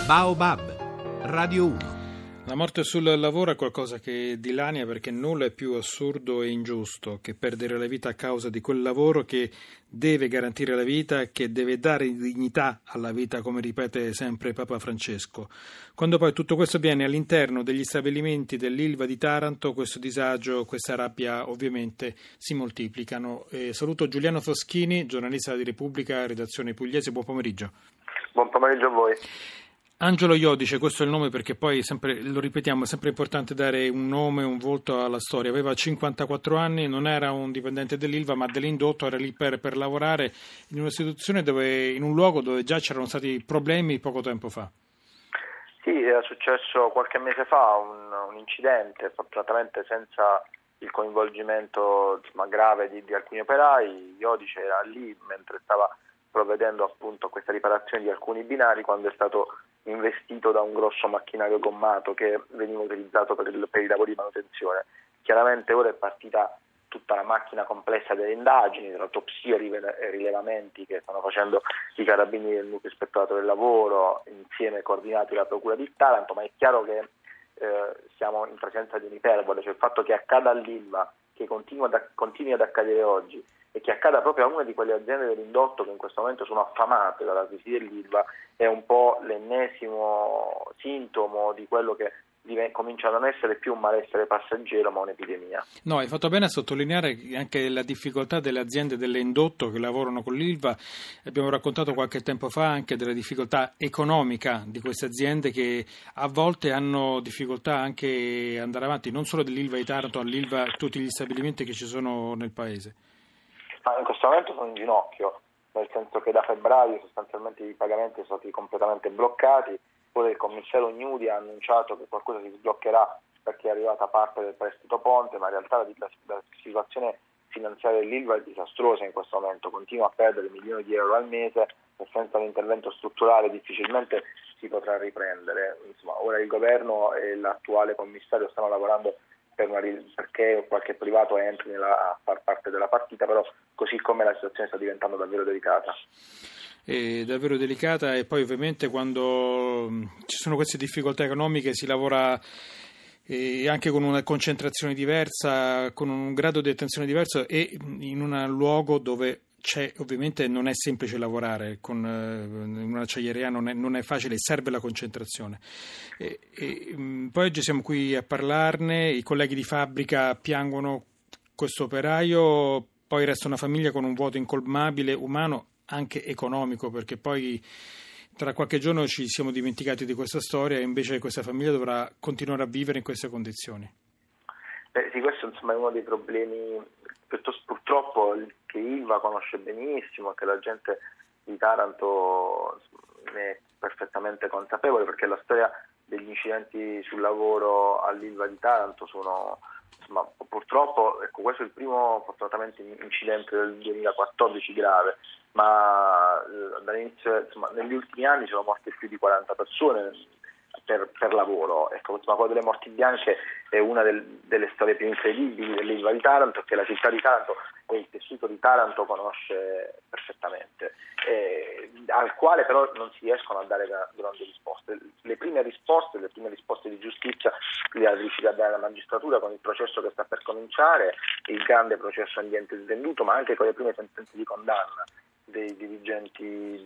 Baobab, Radio 1. La morte sul lavoro è qualcosa che dilania perché nulla è più assurdo e ingiusto che perdere la vita a causa di quel lavoro che deve garantire la vita, che deve dare dignità alla vita, come ripete sempre Papa Francesco. Quando poi tutto questo avviene all'interno degli stabilimenti dell'Ilva di Taranto, questo disagio, questa rabbia ovviamente si moltiplicano. Saluto Giuliano Foschini, giornalista di Repubblica, redazione pugliese. Buon pomeriggio. Buon pomeriggio a voi. Angelo Iodice, questo è il nome perché poi sempre, lo ripetiamo, è sempre importante dare un nome, un volto alla storia. Aveva 54 anni, non era un dipendente dell'Ilva ma dell'indotto, era lì per lavorare in un'istituzione in un luogo dove già c'erano stati problemi poco tempo fa. Sì, era successo qualche mese fa un incidente, fortunatamente senza il coinvolgimento grave di alcuni operai. Iodice era lì mentre stava provvedendo appunto a questa riparazione di alcuni binari quando è stato investito da un grosso macchinario gommato che veniva utilizzato per i lavori di manutenzione. Chiaramente ora è partita tutta la macchina complessa delle indagini, dell'autopsia e rilevamenti che stanno facendo i carabinieri del nucleo ispettorato del lavoro, insieme coordinati dalla Procura di Taranto, ma è chiaro che siamo in presenza di un'iperbole, cioè il fatto che accada all'Ilva, che continui ad accadere oggi, e che accada proprio a una di quelle aziende dell'indotto che in questo momento sono affamate dalla crisi dell'Ilva è un po' l'ennesimo sintomo di quello che comincia a non essere più un malessere passeggero ma un'epidemia. No, hai fatto bene a sottolineare anche la difficoltà delle aziende dell'indotto che lavorano con l'Ilva. Abbiamo raccontato qualche tempo fa anche della difficoltà economica di queste aziende che a volte hanno difficoltà anche ad andare avanti, non solo dell'Ilva di Taranto, all'Ilva tutti gli stabilimenti che ci sono nel paese. Ma in questo momento sono in ginocchio, nel senso che da febbraio sostanzialmente i pagamenti sono stati completamente bloccati. Poi il commissario Gnudi ha annunciato che qualcosa si sbloccherà perché è arrivata parte del prestito ponte, ma in realtà la situazione finanziaria dell'Ilva è disastrosa in questo momento, continua a perdere milioni di euro al mese e senza un intervento strutturale difficilmente si potrà riprendere. Insomma, ora il governo e l'attuale commissario stanno lavorando perché qualche privato entri a far parte della partita, però così come la situazione sta diventando davvero delicata. È davvero delicata e poi ovviamente quando ci sono queste difficoltà economiche si lavora anche con una concentrazione diversa, con un grado di attenzione diverso e in un luogo dove ovviamente non è semplice lavorare in un'acciaieria, non è facile, serve la concentrazione. Poi oggi siamo qui a parlarne, i colleghi di fabbrica piangono questo operaio, poi resta una famiglia con un vuoto incolmabile, umano, anche economico, perché poi tra qualche giorno ci siamo dimenticati di questa storia e invece questa famiglia dovrà continuare a vivere in queste condizioni. Sì, questo insomma è uno dei problemi piuttosto purtroppo che Ilva conosce benissimo e che la gente di Taranto ne è perfettamente consapevole, perché la storia degli incidenti sul lavoro all'Ilva di Taranto sono purtroppo, questo è il primo fortunatamente incidente del 2014 grave, ma dall'inizio, negli ultimi anni sono morte più di 40 persone per lavoro. Quello delle morti bianche è una delle storie più incredibili dell'Ilva di Taranto, che la città di Taranto e il tessuto di Taranto conosce perfettamente, al quale però non si riescono a dare grandi risposte. Le prime risposte di giustizia le ha riuscite a dare la magistratura con il processo che sta per cominciare, il grande processo ambiente svenduto, ma anche con le prime sentenze di condanna dei dirigenti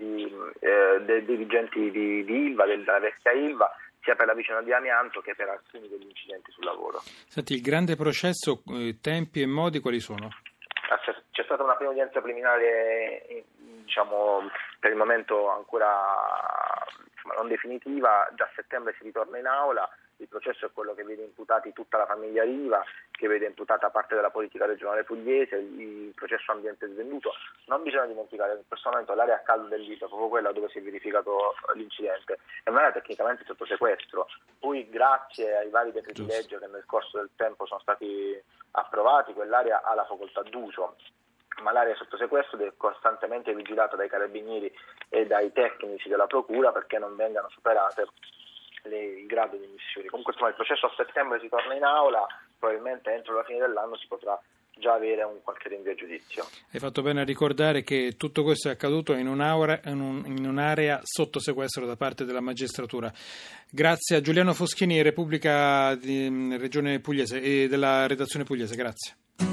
di Ilva, della vecchia Ilva, sia per la vicenda di amianto che per alcuni degli incidenti sul lavoro. Senti, il grande processo, tempi e modi quali sono? C'è stata una prima udienza preliminare, per il momento ancora non definitiva, già a settembre si ritorna in aula. Il processo è quello che vede imputati tutta la famiglia Riva, che vede imputata parte della politica regionale pugliese, il processo ambiente svenduto. Non bisogna dimenticare che in questo momento l'area a caldo dell'Ilva, proprio quella dove si è verificato l'incidente, è un'area tecnicamente sotto sequestro. Poi grazie ai vari decreti legge che nel corso del tempo sono stati approvati, quell'area ha la facoltà d'uso, ma l'area è sotto sequestro ed è costantemente vigilata dai carabinieri e dai tecnici della procura perché non vengano superate il grado di emissioni. Comunque il processo a settembre si torna in aula, probabilmente entro la fine dell'anno si potrà già avere un qualche rinvio a giudizio. Hai fatto bene a ricordare che tutto questo è accaduto in un'area sotto sequestro da parte della magistratura. Grazie a Giuliano Foschini, Repubblica di Regione Pugliese e della redazione pugliese. Grazie.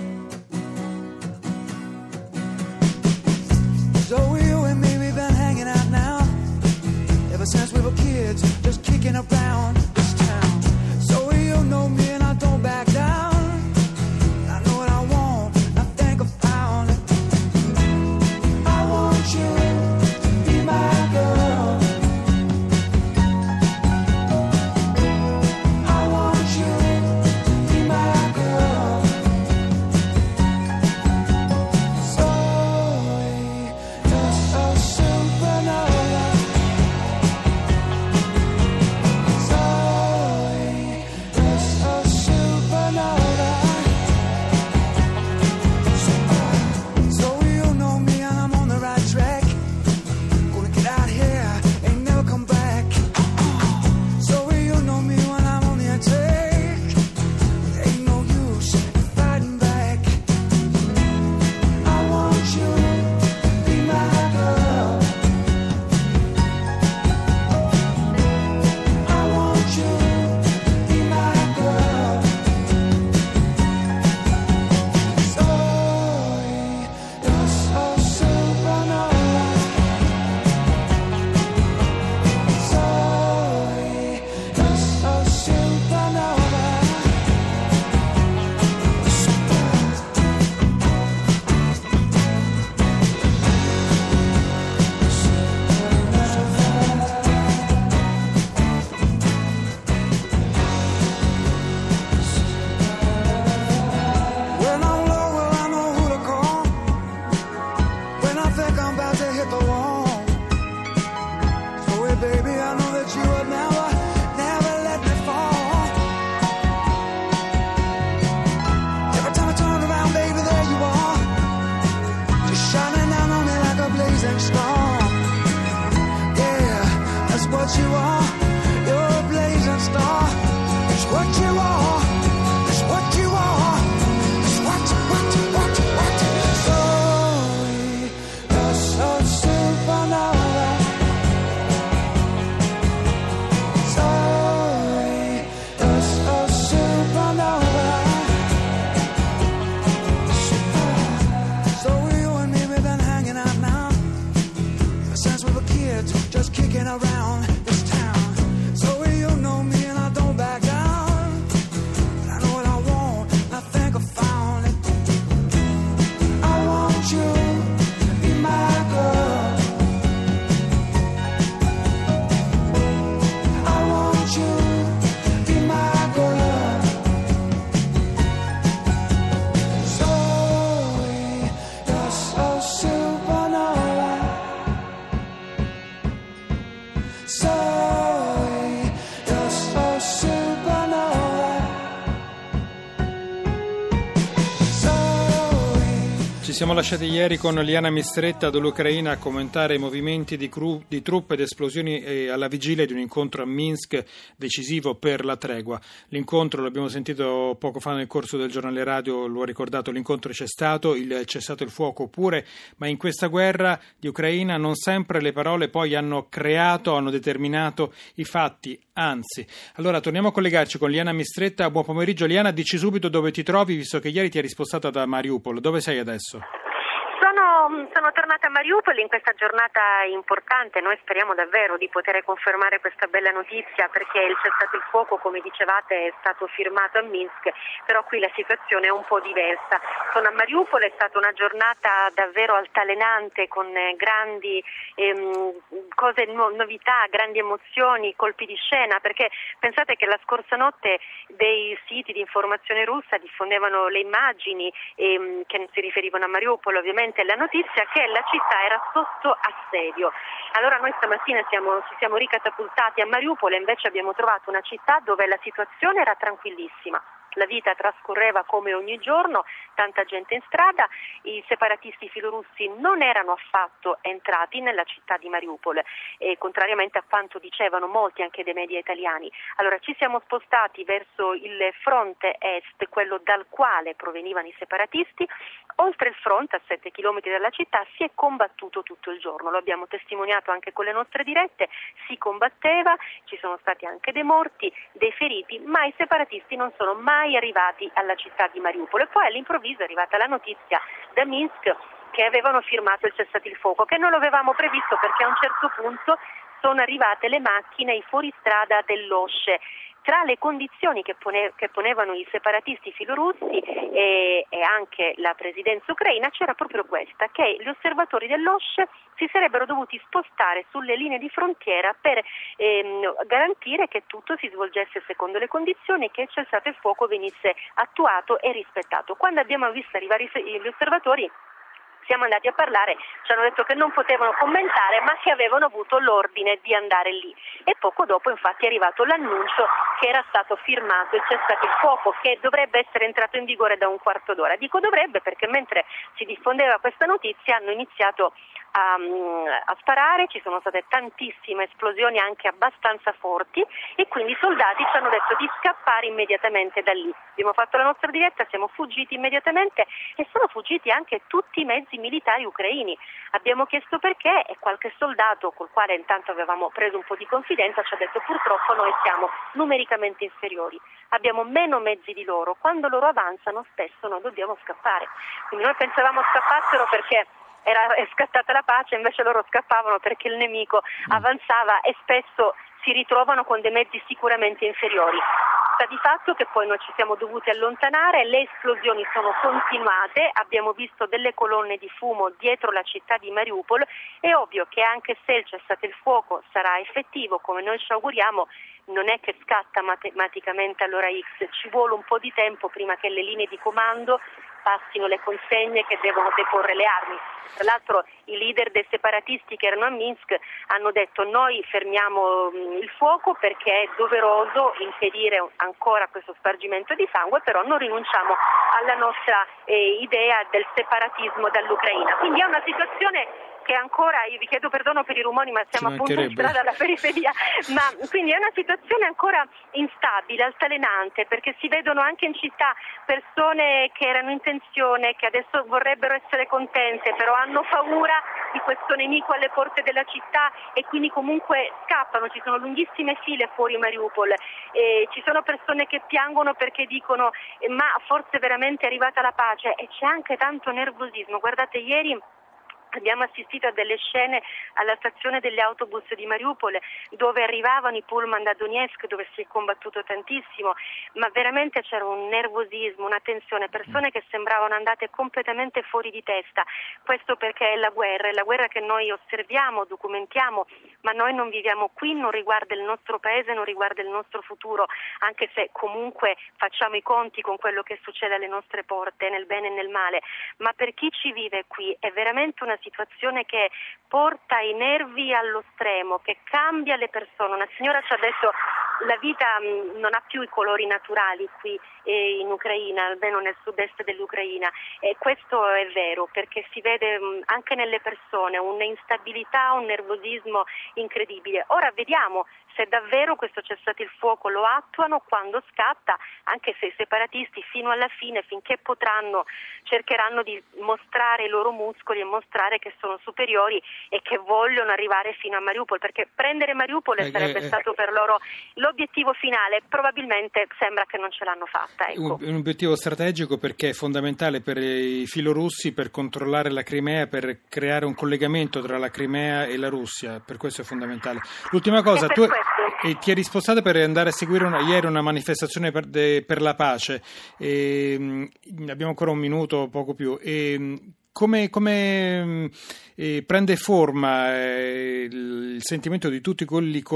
So you and me, we've been hanging out now ever since we were kids, just kicking around this town. So you know me and I don't back down. I know what I want, I think I found it. I want you to be my girl. I want you to be my girl. So just a supernova. What you are, you're a blazing star. It's what you are. It's what you are. It's what. So you're so supernova. So you're so supernova. So you and me, we've been hanging out now since we were kids, just kicking around. Ci siamo lasciati ieri con Liana Mistretta dall'Ucraina a commentare i movimenti di truppe ed esplosioni alla vigilia di un incontro a Minsk decisivo per la tregua. L'incontro, l'abbiamo sentito poco fa nel corso del giornale radio, lo ha ricordato, l'incontro c'è stato il fuoco pure, ma in questa guerra di Ucraina non sempre le parole poi hanno determinato i fatti, anzi. Allora torniamo a collegarci con Liana Mistretta. Buon pomeriggio Liana, dici subito dove ti trovi, visto che ieri ti eri spostata da Mariupol. Dove sei adesso? Sono tornata a Mariupol in questa giornata importante. Noi speriamo davvero di poter confermare questa bella notizia, perché il cessate il fuoco, come dicevate, è stato firmato a Minsk, però qui la situazione è un po' diversa. Sono a Mariupol, è stata una giornata davvero altalenante, con grandi novità, grandi emozioni, colpi di scena, perché pensate che la scorsa notte dei siti di informazione russa diffondevano le immagini che si riferivano a Mariupol, ovviamente la notizia che la città era sotto assedio. Allora noi stamattina ci siamo ricatapultati a Mariupol e invece abbiamo trovato una città dove la situazione era tranquillissima. la vita trascorreva come ogni giorno, tanta gente in strada, i separatisti filorussi non erano affatto entrati nella città di Mariupol, contrariamente a quanto dicevano molti anche dei media italiani. Allora ci siamo spostati verso il fronte est, quello dal quale provenivano i separatisti. Oltre il fronte, a 7 chilometri dalla città, si è combattuto tutto il giorno, lo abbiamo testimoniato anche con le nostre dirette, si combatteva, ci sono stati anche dei morti, dei feriti, ma i separatisti non sono mai arrivati alla città di Mariupol. E poi all'improvviso è arrivata la notizia da Minsk che avevano firmato il cessate il fuoco, che non lo avevamo previsto perché a un certo punto sono arrivate le macchine, i fuoristrada dell'OSCE. Tra le condizioni che ponevano i separatisti filorussi e anche la presidenza ucraina c'era proprio questa, che gli osservatori dell'OSCE si sarebbero dovuti spostare sulle linee di frontiera per garantire che tutto si svolgesse secondo le condizioni, che il cessate il fuoco venisse attuato e rispettato. Quando abbiamo visto arrivare gli osservatori, siamo andati a parlare, ci hanno detto che non potevano commentare ma che avevano avuto l'ordine di andare lì, e poco dopo infatti è arrivato l'annuncio che era stato firmato il cessate il fuoco, che dovrebbe essere entrato in vigore da un quarto d'ora. Dico dovrebbe perché mentre si diffondeva questa notizia hanno iniziato a sparare, ci sono state tantissime esplosioni anche abbastanza forti e quindi i soldati ci hanno detto di scappare immediatamente da lì. Abbiamo fatto la nostra diretta, siamo fuggiti immediatamente e sono fuggiti anche tutti i mezzi militari ucraini. Abbiamo chiesto perché e qualche soldato col quale intanto avevamo preso un po' di confidenza ci ha detto purtroppo noi siamo numericamente inferiori, abbiamo meno mezzi di loro, quando loro avanzano spesso noi dobbiamo scappare. Quindi noi pensavamo scappassero perché è scattata la pace, invece loro scappavano perché il nemico avanzava e spesso si ritrovano con dei mezzi sicuramente inferiori. Sta di fatto che poi noi ci siamo dovuti allontanare, le esplosioni sono continuate, abbiamo visto delle colonne di fumo dietro la città di Mariupol. È ovvio che anche se il cessate il fuoco sarà effettivo, come noi ci auguriamo, non è che scatta matematicamente all'ora X, ci vuole un po' di tempo prima che le linee di comando passino le consegne che devono deporre le armi. Tra l'altro i leader dei separatisti che erano a Minsk hanno detto noi fermiamo il fuoco perché è doveroso impedire ancora questo spargimento di sangue, però non rinunciamo alla nostra idea del separatismo dall'Ucraina. Quindi è una situazione che ancora, io vi chiedo perdono per i rumori ma siamo appunto in strada alla periferia, ma quindi è una situazione ancora instabile, altalenante, perché si vedono anche in città persone che erano in tensione, che adesso vorrebbero essere contente, però hanno paura di questo nemico alle porte della città e quindi comunque scappano, ci sono lunghissime file fuori Mariupol, ci sono persone che piangono perché dicono ma forse veramente è arrivata la pace, e c'è anche tanto nervosismo. Guardate, ieri abbiamo assistito a delle scene alla stazione degli autobus di Mariupol dove arrivavano i pullman da Donetsk, dove si è combattuto tantissimo, ma veramente c'era un nervosismo, una tensione, persone che sembravano andate completamente fuori di testa. Questo perché è la guerra che noi osserviamo, documentiamo, ma noi non viviamo qui, non riguarda il nostro paese, non riguarda il nostro futuro, anche se comunque facciamo i conti con quello che succede alle nostre porte, nel bene e nel male, ma per chi ci vive qui è veramente una situazione che porta i nervi allo stremo, che cambia le persone. Una signora ci ha detto la vita non ha più i colori naturali qui in Ucraina, almeno nel sud-est dell'Ucraina, e questo è vero perché si vede anche nelle persone un'instabilità, un nervosismo incredibile. Ora vediamo se davvero questo cessate il fuoco lo attuano, quando scatta, anche se i separatisti fino alla fine, finché potranno, cercheranno di mostrare i loro muscoli e mostrare che sono superiori e che vogliono arrivare fino a Mariupol, perché prendere Mariupol sarebbe stato per loro l'obiettivo finale. Probabilmente sembra che non ce l'hanno fatta. Ecco. Un obiettivo strategico perché è fondamentale per i filorussi per controllare la Crimea, per creare un collegamento tra la Crimea e la Russia, per questo è fondamentale. L'ultima cosa, tu ti eri spostata per andare a seguire ieri una manifestazione per la pace, abbiamo ancora un minuto, poco più. Come prende forma il sentimento di tutti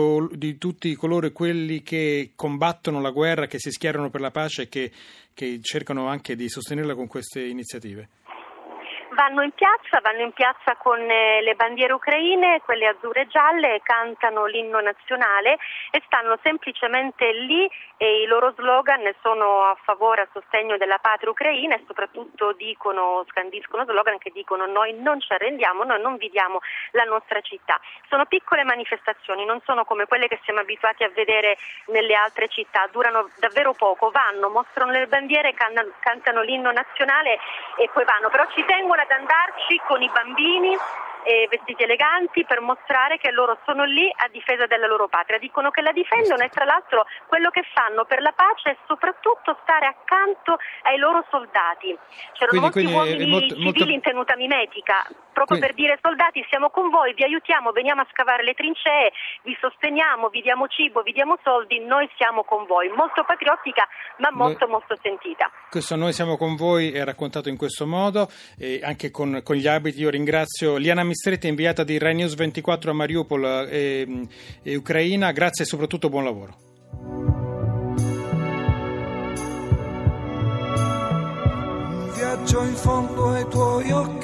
coloro quelli che combattono la guerra, che si schierano per la pace e che cercano anche di sostenerla con queste iniziative? vanno in piazza con le bandiere ucraine, quelle azzurre e gialle, cantano l'inno nazionale e stanno semplicemente lì, e i loro slogan sono a favore, a sostegno della patria ucraina, e soprattutto scandiscono slogan che dicono: noi non ci arrendiamo, noi non vi diamo la nostra città. Sono piccole manifestazioni, non sono come quelle che siamo abituati a vedere nelle altre città, durano davvero poco, mostrano le bandiere, cantano l'inno nazionale e poi vanno, però ci tengono ad andarci con i bambini vestiti eleganti per mostrare che loro sono lì a difesa della loro patria, dicono che la difendono, e tra l'altro quello che fanno per la pace è soprattutto stare accanto ai loro soldati. C'erano molti uomini civili in tenuta mimetica, proprio per dire: soldati, siamo con voi, vi aiutiamo, veniamo a scavare le trincee, vi sosteniamo, vi diamo cibo, vi diamo soldi, noi siamo con voi. Molto patriottica, ma molto sentita. Questo "noi siamo con voi" è raccontato in questo modo, anche con gli abiti. Io ringrazio Liana Mistretta, inviata di Rai News 24 a Mariupol e Ucraina. Grazie e soprattutto buon lavoro. Un viaggio in fondo ai tuoi occhi,